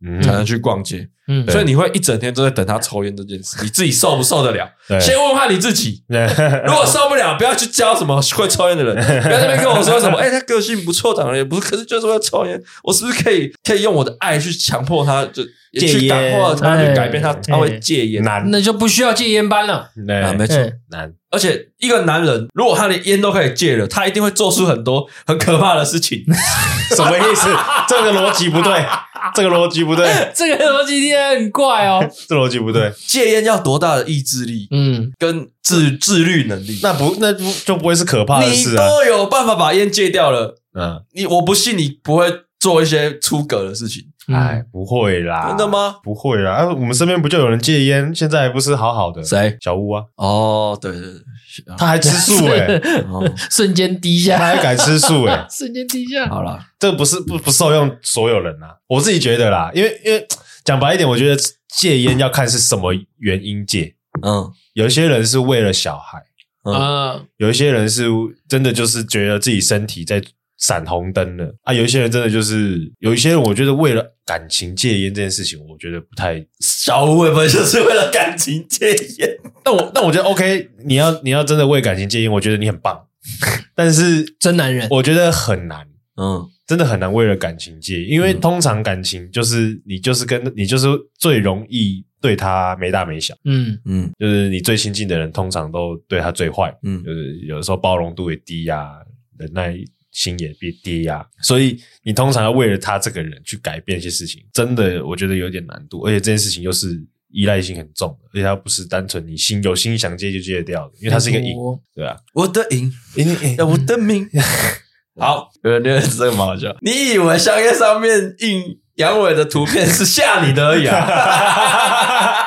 才能去逛街。所以你会一整天都在等他抽烟这件事，你自己受不受得了？先问看你自己，如果受不了，不要去教什么会抽烟的人，不要在那边跟我说什么，他个性不错，长得也不是，可是就是会抽烟，我是不是可以用我的爱去强迫他，就去感化他，去改变他，他会戒烟？ 难，那就不需要戒烟班了。 没错，难。而且一个男人，如果他连烟都可以戒了，他一定会做出很多很可怕的事情。 什么意思？这个逻辑不对。这个逻辑不对， 这个逻辑听起来很怪哦。 这逻辑不对， 戒烟要多大的意志力？跟自律能力， 那就不会是可怕的事啊。 你都有办法把烟戒掉了，我不信你不会做一些出格的事情。 不会啦， 真的吗？ 不会啦，我们身边不就有人戒烟，现在还不是好好的？ 谁？ 小乌啊。 哦，对， 他还吃素瞬间低下， 他还敢吃素瞬间低下。 好啦， 这不受用所有人啊，我自己觉得啦，因为讲白一点，我觉得戒烟要看是什么原因戒。有一些人是为了小孩，有一些人是真的就是觉得自己身体在闪红灯了啊！有一些人真的就是有一些人，我觉得为了感情戒烟这件事情，我觉得不太。 小吴会不会就是为了感情戒烟？ 但我觉得 OK， 你要真的为感情戒烟，我觉得你很棒。但是真男人， 我觉得很难，真的很难为了感情戒，因为通常感情就是你就是最容易对他没大没小，就是你最亲近的人，通常都对他最坏，就是有的时候包容度也低啊，忍耐心也低啊，所以你通常要为了他这个人去改变一些事情，真的我觉得有点难度，而且这件事情又是依赖性很重的，而且它不是单纯你有心想戒就戒得掉的，因为它是一个瘾，对啊， 我的瘾，我的命。好，这个蛮好笑。你以为香烟上面印阳痿的图片是吓你的而已啊？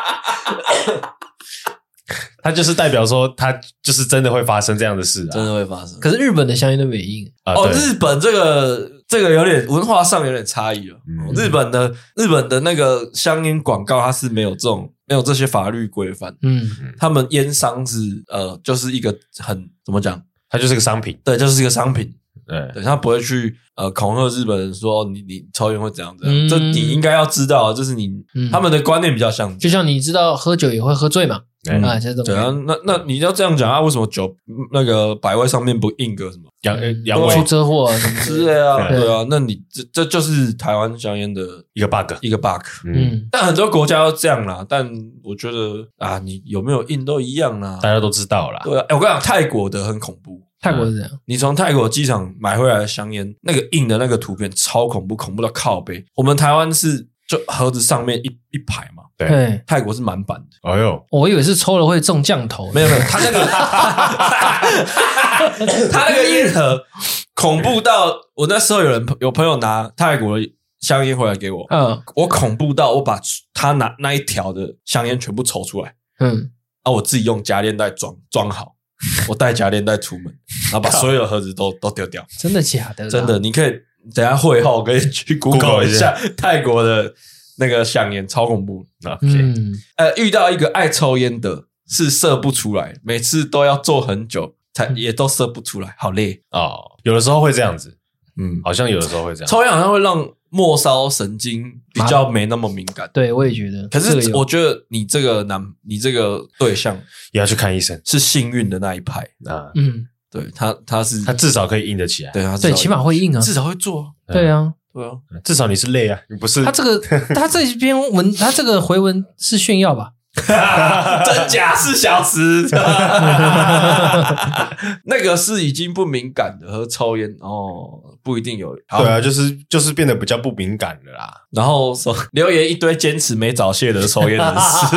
它就是代表说，它就是真的会发生这样的事啊， 真的会发生。 可是日本的香烟都没印日本这个有点文化上有点差异了。日本的那个香烟广告，它是没有这些法律规范。他们烟商是就是一个很怎么讲？ 它就是个商品， 对，就是一个商品。对，他不会去恐吓日本人说你抽烟会怎样怎样，这你应该要知道，这是他们的观念比较像， 就像你知道喝酒也会喝醉嘛。 对啊，那你要这样讲啊？为什么酒那个百威上面不印个什么阳痿出车祸啊什么之类啊？对啊，那你这就是台湾香烟的一个 bug。 但很多国家都这样啦。但我觉得啊，你有没有印都一样啦， 大家都知道啦。 对啊，我跟你讲，泰国的很恐怖。 泰国是这样， 你从泰国机场买回来的香烟，那个印的那个图片超恐怖，恐怖到靠背。我们台湾是就盒子上面一排嘛， 对， 泰国是满版的。 哎呦， 我以为是抽了会中降头， 没有，他那个他那个烟盒恐怖到我那时候有朋友拿泰国的香烟回来给我，我恐怖到我把他拿那一条的香烟全部抽出来，我自己用夹链袋装好。我带夹链袋出门，然后把所有的盒子都丢掉。 真的假的？ 真的，你可以等一下会后可以去 Google 一下泰国的那个香烟，超恐怖。遇到一个爱抽烟的，是射不出来，每次都要做很久才也都射不出来，好累哦。有的时候会这样子，好像有的时候会这样。 抽烟好像会让末梢神经比较没那么敏感， 对我也觉得。 可是我觉得你这个对象也要去看医生， 是幸运的那一派啊。对他至少可以硬得起来， 对，起码会硬啊， 至少会做。 对啊， 至少你是累啊，你不是。 他这篇文，他这个回文是炫耀吧？ 真假4小时，那个是已经不敏感的，和抽烟不一定有。 对啊，就是变得比较不敏感了啦。 然后说留言一堆坚持没早泄的抽烟人士，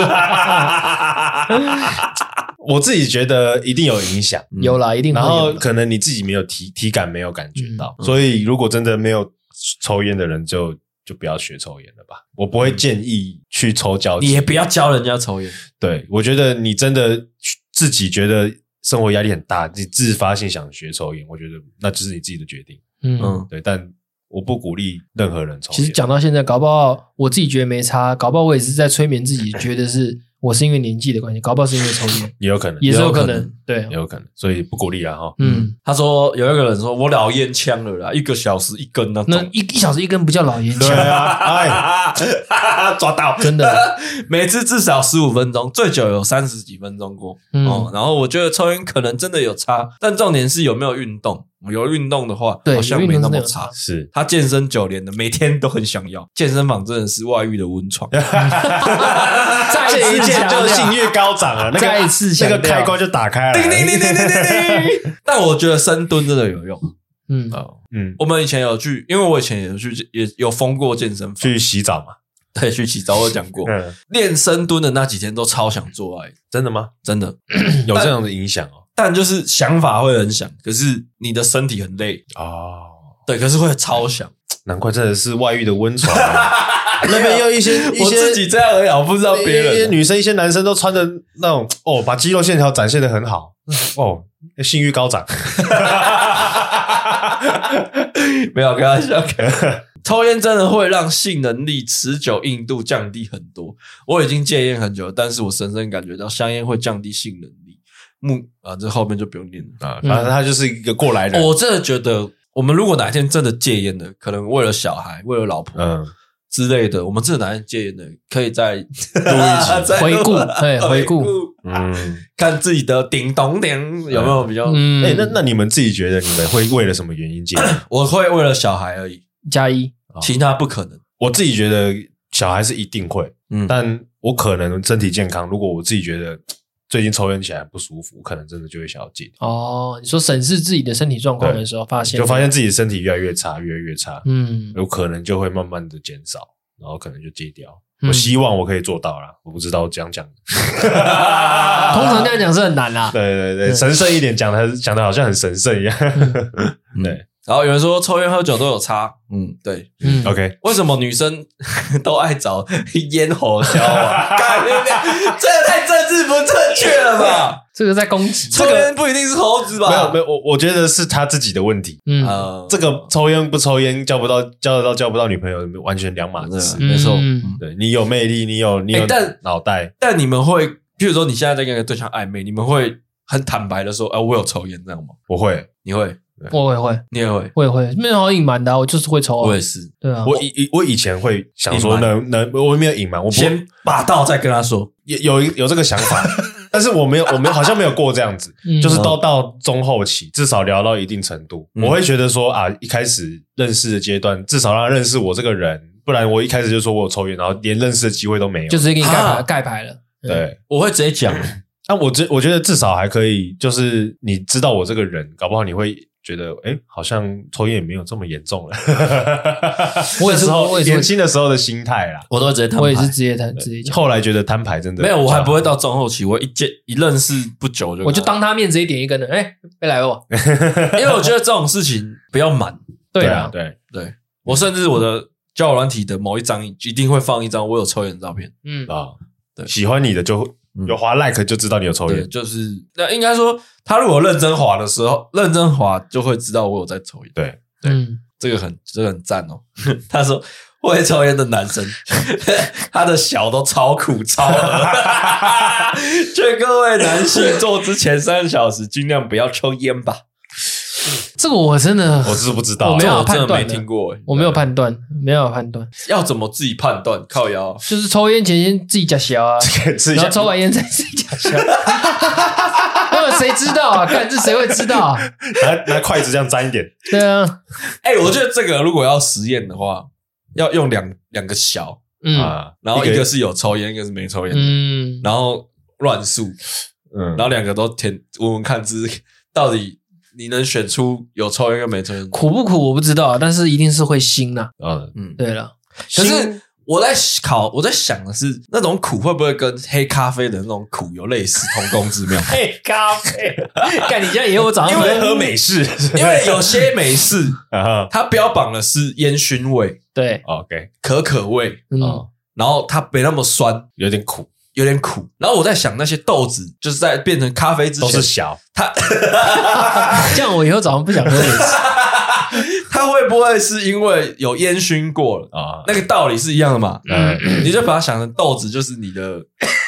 我自己觉得一定有影响， 有啦，一定会有。 然后可能你自己没有体感，没有感觉到，所以如果真的没有抽烟的人就不要学抽烟了吧。我不会建议去抽交际， 你也不要教人家抽烟。 对，我觉得你真的自己觉得生活压力很大，你自发性想学抽烟，我觉得那就是你自己的决定。对，但我不鼓励任何人抽烟。 其实讲到现在，搞不好我自己觉得没差，搞不好我也是在催眠自己，觉得是我是因为年纪的关系，搞不好是因为抽烟， 也有可能， 也是有可能，对， 也有可能，所以不鼓励啊哈。 他说有一个人说我老烟枪了啦，1个小时1根那种， 那一小时1根不叫老烟枪， 对啊， 抓到， 真的， 每次至少15分钟，最久有30几分钟过。然后我觉得抽烟可能真的有差，但重点是有没有运动。有运动的话，好像没那么差。 是他健身9年的，每天都很想要。健身房真的是外遇的温床， 再一见就性欲高涨了， 再一次那个开关就打开了， 叮叮叮叮叮叮。但我觉得深蹲真的有用。我们以前有去，因为我以前有去，也有封过健身房去洗澡嘛。 对，去洗澡我讲过，练深蹲的那几天都超想做爱， 真的吗？ 真的有这样的影响哦。 但就是想法会很想，可是你的身体很累哦。对，可是会超想， 难怪真的是外遇的温床。那边又一些我自己这样而已，我不知道别人。 一些女生、一些男生都穿的那种把肌肉线条展现的很好性欲高涨。 没有开玩笑。抽烟真的会让性能力持久硬度降低很多。我已经戒烟很久了，但是我深深感觉到香烟会降低性能力。这后面就不用念了啊，反正他就是一个过来人。 我真的觉得，我们如果哪一天真的戒烟了，可能为了小孩、为了老婆之类的，我们真的哪一天戒烟了，可以再录一集回顾，回顾， 看自己的叮咚叮有没有比较。 那你们自己觉得你们会为了什么原因戒烟？ 我会为了小孩而已， 加一， 其他不可能。 我自己觉得小孩是一定会，但我可能身体健康，如果我自己觉得最近抽烟起来不舒服，可能真的就会想要戒。 你说审视自己的身体状况的时候，发现自己身体越来越差，越来越差，有可能就会慢慢的减少，然后可能就戒掉。我希望我可以做到啦，我不知道这样讲。 通常这样讲是很难啦。 对，神圣一点讲的好像很神圣一样。对。 然后有人说抽烟喝酒都有差，对 ，OK， 为什么女生都爱找烟喉交啊？这个太政治不正确了吧？ 这个在攻击， 抽烟不一定是猴子吧？ 没有，我觉得是他自己的问题。这个抽烟不抽烟，交不到女朋友，完全两码子事。 没错， 对，你有魅力，你有脑袋， 但你们会，譬如说你现在在跟一个对象暧昧，你们会很坦白的说，我有抽烟这样吗？ 我会， 你会。 我也会， 你也会， 我也会，没有好隐瞒的，我就是会抽。 我也是， 对啊。 我以前会想说我没有隐瞒，我先霸道再跟他说， 有这个想法，但是我没有好像没有过这样子，就是到中后期，至少聊到一定程度，我会觉得说一开始认识的阶段，至少让他认识我这个人，不然我一开始就说我有抽烟，然后连认识的机会都没有， 就直接给你盖牌了。 对， 我会直接讲。 我觉得至少还可以，就是你知道我这个人，搞不好你会觉得好像抽烟也没有这么严重了。我也是年轻的时候的心态啦， 我都直接摊牌， 我也是直接讲。 后来觉得摊牌真的没有，我还不会到中后期，我一认识不久我就当他面直接点一根了，别来我， 因为我觉得这种事情不要瞒。 对啊， 对， 我甚至我的交友软体的某一张一定会放一张我有抽烟的照片。 对，喜欢你的就有滑 like 就知道你有抽烟， 就是那应该说，他如果认真滑的时候，认真滑就会知道我有在抽烟。 对， 这个很赞哦。他说会抽烟的男生，他的小都超苦超恶。劝各位男性做之前3小时尽量不要抽烟吧。 这个我真的我是不知道， 我没有判断， 没听过， 我没有判断，没有判断， 要怎么自己判断？靠腰， 就是抽烟前先自己假小啊，然后抽完烟再自己假小，那么谁知道啊？看这谁会知道啊？ 拿筷子这样沾一点， 对啊。 我觉得这个如果要实验的话，要用两个小，然后一个是有抽烟，一个是没抽烟的，然后乱数，然后2个都填，闻闻看，到底。你能选出有抽烟跟没抽烟？ 苦不苦我不知道，但是一定是会腥啦。对了， 可是我在想的是，那种苦会不会跟黑咖啡的那种苦有类似同工之妙？ 黑咖啡，干你现在以后我早上因为喝美式， 因为有些美式它标榜的是烟熏味， 对 ，OK， 可味，然后它没那么酸， 有点苦。 然后我在想，那些豆子就是在变成咖啡之前都是小， 这样我以后早上不想喝美式。 它会不会是因为有烟熏过了那个道理是一样的嘛？你就把它想成豆子就是你的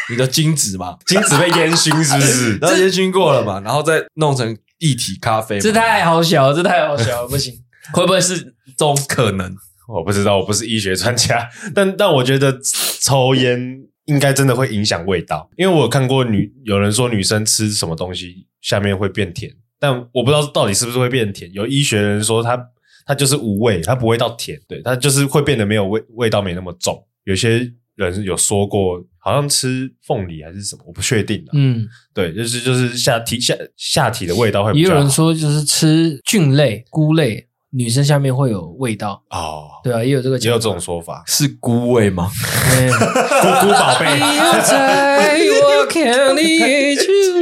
你的精子嘛， 精子被烟熏是不是？ 然后烟熏过了嘛，然后再弄成液体咖啡嘛。 这太好笑了，这太好笑了，不行。 会不会是这种可能？ 我不知道，我不是医学专家，但我觉得抽烟应该真的会影响味道，因为我有看过有人说女生吃什么东西下面会变甜，但我不知道到底是不是会变甜。有医学人说它就是无味，它不会到甜，对，它就是会变得没有味道没那么重。有些人有说过，好像吃凤梨还是什么，我不确定。对，就是下体的味道会比较好。 也有人说就是吃菌类、菇类，女生下面会有味道哦。对啊，也有这个讲法， 也有这种说法， 是菇味吗？ 菇宝贝。 我看你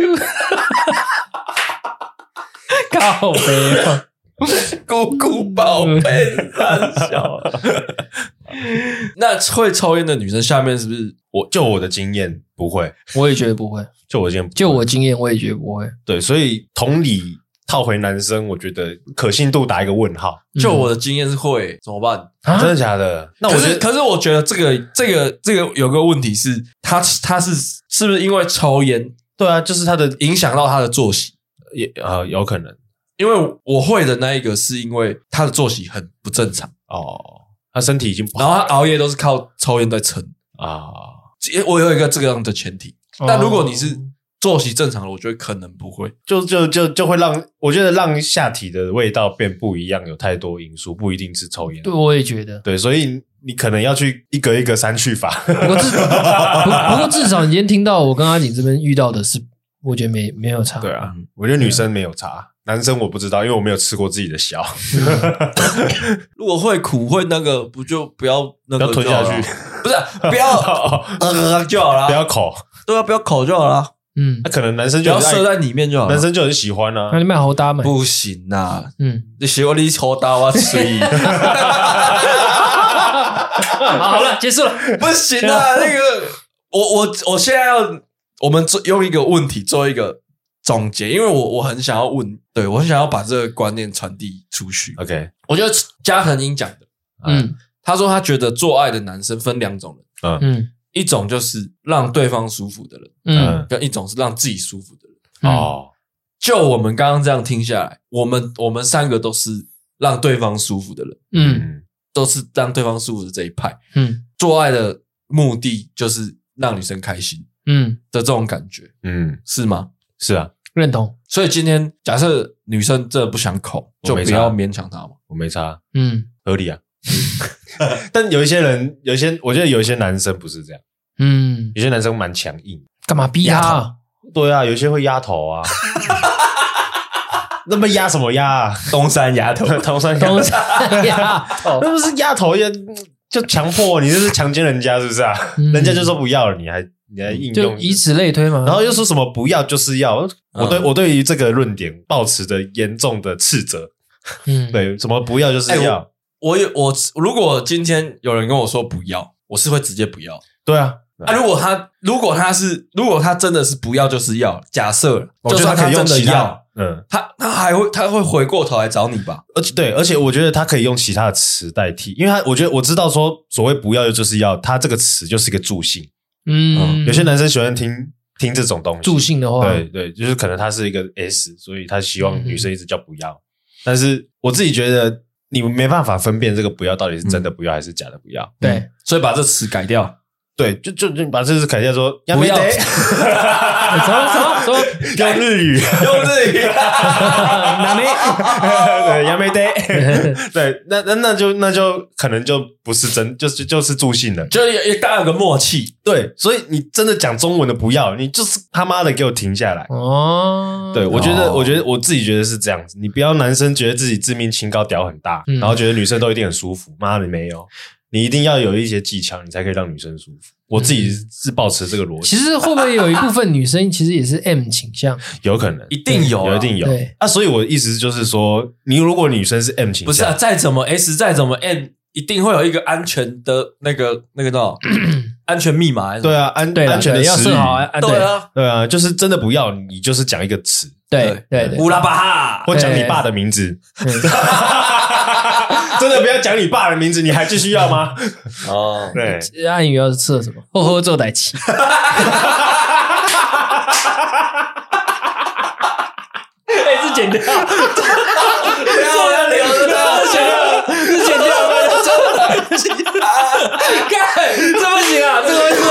靠北啊， 菇宝贝太小了。那会抽烟的女生下面是不是？ 就我的经验不会， 我也觉得不会。 就我经验，我也觉得不会。 对，所以同理套回男生，我觉得可信度打一个问号。 就我的经验是会，怎么办？ 真的假的？那可是我觉得这个有个问题是，他是不是因为抽烟？ 对啊，就是他的影响到他的作息， 也有可能。 因为我会的那一个是因为他的作息很不正常哦，他身体已经不好， 然后他熬夜都是靠抽烟在撑啊。我有一个这个样的前提，但如果你是作息正常的，我觉得可能不会， 就会让我觉得让下体的味道变不一样，有太多因素，不一定是抽烟。 对，我也觉得。 对，所以你可能要去一个一个删去法。不过至少你今天听到我跟阿景这边遇到的是，我觉得没有差。 对啊，我觉得女生没有差。男生我不知道，因为我没有吃过自己的小。 如果会苦会那个，不要那个吞下去， 不是不要就好了， 不要口， 对啊，不要口就好了。 那可能男生就不要射在里面就好了， 男生就很喜欢啊。 那你卖猴搭吗？ 不行啊，你喜欢你猴搭我吹。 好了，结束了， 不行啊，那个我现在我们用一个问题做一个总结，因为我很想要问，对，我很想要把这个观念传递出去。 OK， 我觉得嘉恒英讲的，他说他觉得做爱的男生分两种人，一种就是让对方舒服的人，跟一种是让自己舒服的人。哦，就我们刚刚这样听下来，我们三个都是让对方舒服的人，都是让对方舒服的这一派。做爱的目的就是让女生开心，的这种感觉，是吗？ 是啊， 认同。 所以今天假设女生真的不想口，就不要勉强她嘛。 我没差，合理啊。但有一些人，我觉得有一些男生不是这样，有些男生蛮强硬， 干嘛逼他？ 对啊，有些会压头啊。那么压什么压啊？ 东山压头， 东山压头，那不是压头就强迫你，这是强奸人家是不是啊？人家就说不要了，你还硬用， 就以此类推嘛。 然后又说什么不要就是要，我对于这个论点抱持着严重的斥责。对，什么不要就是要。 我如果今天有人跟我说不要，我是会直接不要。 对啊， 如果他真的是不要就是要，假设就算他真的要， 他会回过头来找你吧？ 而且我觉得他可以用其他的词代替，因为我知道说所谓不要就是要，他这个词就是一个助兴。有些男生喜欢听这种东西， 助兴的话， 对，就是可能他是一个 S， 所以他希望女生一直叫不要。但是我自己觉得你没办法分辨这个不要到底是真的不要还是假的不要。 对， 所以把这词改掉。 对，就把这词改掉，说不要。 什么？ 用日语， 哪没？ 对，亚美得。对，那就可能就不是真，就是助兴了， 就也大有个默契。 对，所以你真的讲中文的不要，你就是他妈的给我停下来。哦，对，我觉得我自己觉得是这样子，你不要男生觉得自己自命清高，屌很大，然后觉得女生都一定很舒服，妈的没有。你一定要有一些技巧，你才可以让女生舒服。我自己是抱持这个逻辑。 其实会不会有一部分女生其实也是 M 倾向？ 有可能， 一定有， 一定有。 对啊，所以我的意思就是说，你如果女生是 M 倾向， 不是啊，再怎么 S， 再怎么 M， 一定会有一个安全的那个叫安全密码。 对啊，安全的要设好。 对啊，就是真的不要，你就是讲一个词， 对， 乌拉巴哈， 或讲你爸的名字。 真的不要讲你爸的名字，你还继续要吗？ 哦， 对， 暗语要是吃了什么？后后做代期。是剪掉， 我要留着它， 是剪掉，这干，这不行啊，这个会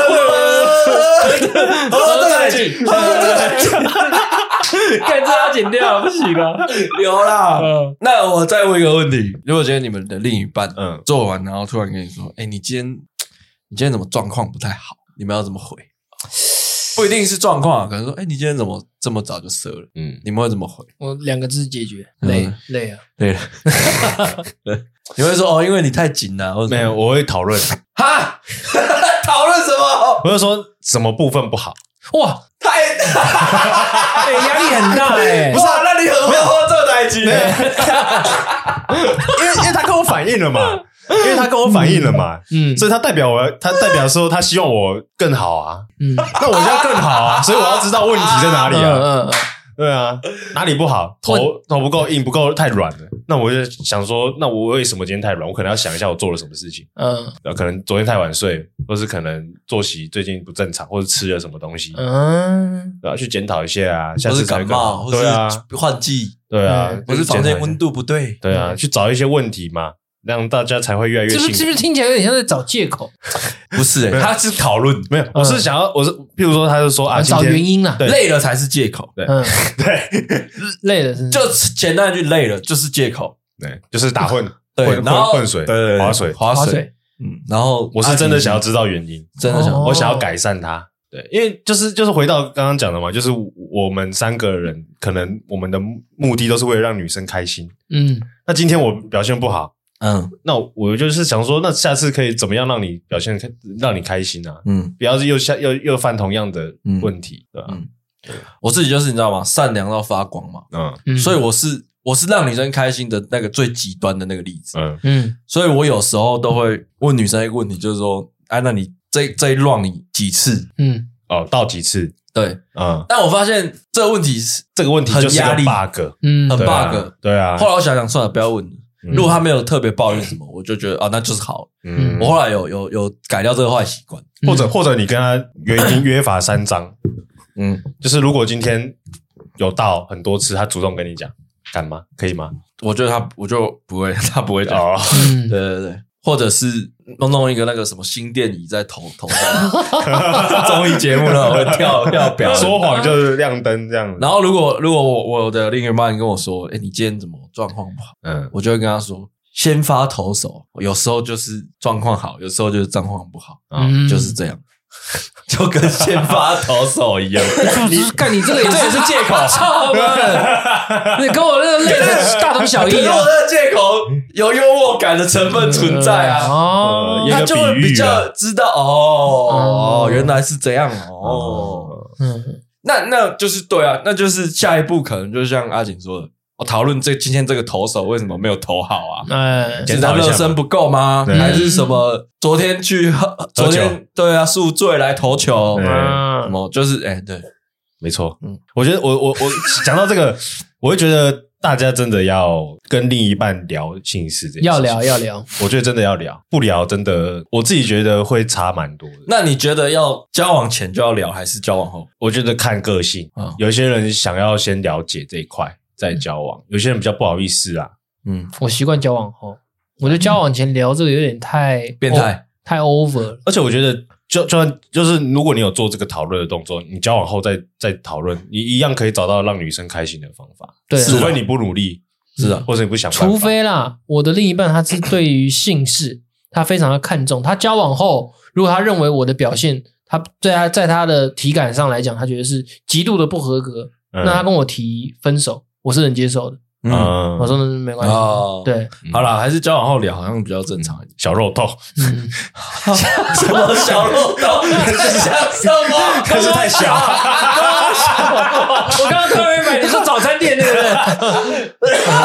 看这要剪掉，不行啊， 有啦。那我再问一个问题：如果今天你们的另一半做完，然后突然跟你说：“哎，你今天怎么状况不太好？”你们要怎么回？不一定是状况，可能说：“哎，你今天怎么这么早就射了？”你们会怎么回？ 我2个字解决：累啊， 累了。你会说：“哦，因为你太紧了。” 没有，我会讨论。 哈，讨论什么？ 我就说什么部分不好？ 哇， 太压力很大不是啊？那你很会喝这台机， 因为他跟我反映了嘛。所以他代表说他希望我更好啊，那我就要更好啊，所以我要知道问题在哪里啊，对啊，哪里不好，头不够硬，不够太软了，那我就想说，那我为什么今天太软？我可能要想一下我做了什么事情，可能昨天太晚睡，或是可能作息最近不正常，或是吃了什么东西，对啊，去检讨一下啊，下次感冒，或是换季， 对啊， 或是房间温度不对， 对啊，去找一些问题嘛。让大家才会越来越幸福。 是不是听起来有点像在找借口？ 不是他是讨论， 没有，我是想要，譬如说，他就说啊， 找原因啦， 累了才是借口， 对， 累了是就简单一句，累了就是借口， 对，就是打混水， 对， 划水， 然后我是真的想要知道原因， 真的我想要改善它。对，因为就是回到刚刚讲的嘛，就是我们3个人可能我们的目的都是为了让女生开心。那今天我表现不好。那我就是想说，那下次可以怎么样让你表现，让你开心啊？不要又犯同样的问题，对吧？ 我自己就是你知道吗？善良到发光嘛，所以我是让女生开心的那个最极端的那个例子，所以我有时候都会问女生一个问题，就是说，哎，那你这一 round 你几次？ 到几次？ 对，但我发现这个问题就是个 bug， 很 bug， 对啊。 后来我想算了，不要问你。如果他没有特别抱怨什么，我就觉得那就是好。我后来有改掉这个坏习惯， 或者你跟他约法3章，就是如果今天有到很多次，他主动跟你讲，干吗？可以吗？ 我觉得我就不会，他不会讲。对，或者是弄一个那个什么心电仪在头上，综艺节目呢会跳表， 说谎就是亮灯这样。 然后如果我的另一半跟我说，你今天怎么状况不好？我就会跟他说，先发投手，有时候就是状况好，有时候就是状况不好，就是这样。就跟先发投手一样， 看你这个也是借口，操们！你跟我那个累的大同小异。 我这个借口有幽默感的成分存在啊，他就会比较知道原来是这样那就是对啊，那就是下一步可能就像阿景说的。讨论今天这个投手为什么没有投好啊？是他热身不够吗？还是什么？昨天对啊，宿醉来投球，什么就是对， 没错。我觉得我讲到这个，我会觉得大家真的要跟另一半聊性事这件事情， 要聊。 我觉得真的要聊，不聊真的，我自己觉得会差蛮多的。 那你觉得要交往前就要聊，还是交往后？ 我觉得看个性，有些人想要先了解这一块。在交往，有些人比较不好意思啊。 我习惯交往后，我觉得交往前聊这个有点太变态， 太 over 了。 而且我觉得，就是如果你有做这个讨论的动作，你交往后再讨论，你一样可以找到让女生开心的方法。 对， 除非你不努力，是啊，或者你不想办法。 除非啦，我的另一半他是对于性事他非常的看重，他交往后，如果他认为我的表现，他在他的体感上来讲，他觉得是极度的不合格，那他跟我提分手。我是能接受的，我说没关系。对， 好啦，还是交往后聊，好像比较正常一点。 小肉豆， 什么小肉豆？在想什么？ 可是太小。 我刚刚突然明白，你说早餐店对不对？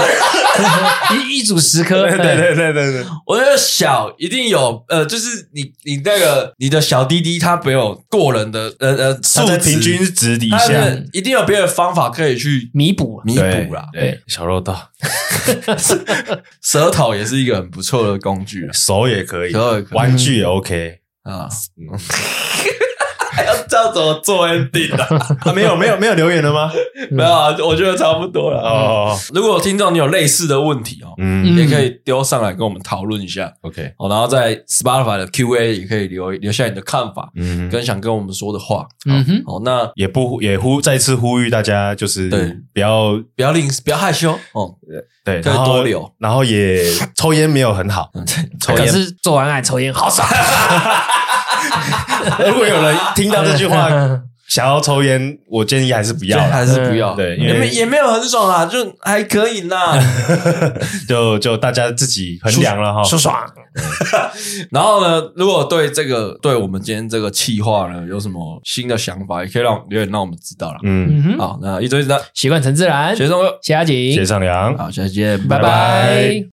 一组10颗。 对， 我觉得小一定有就是你那个你的小滴滴它没有过人的数值平均值底下， 一定有别的方法可以去弥补啦。 对，小肉道， 舌头也是一个很不错的工具， 手也可以，玩具也 OK 啊。 还要这样怎么做 ending 啊？ 没有留言了吗？ 没有啊，我觉得差不多了。哦，如果听众你有类似的问题哦，也可以丢上来跟我们讨论一下。 OK， 然后在 Spotify 的 Q&A 也可以留下你的看法，跟想跟我们说的话。好，那再次呼吁大家，就是不要害羞哦， 对， 可以多留， 然后也抽烟没有很好， 可是做完爱抽烟好爽。 如果有人听到这句话想要抽烟，我建议还是不要，对，因为也没有很爽啦，就还可以啦， 就大家自己衡量了哈， 爽。 然后呢，如果对我们今天这个企划呢有什么新的想法，也可以留言让我们知道了。好，那一周一直的习惯成自然， 学生， 谢阿景， 谢上梁， 好，下期见， 拜拜。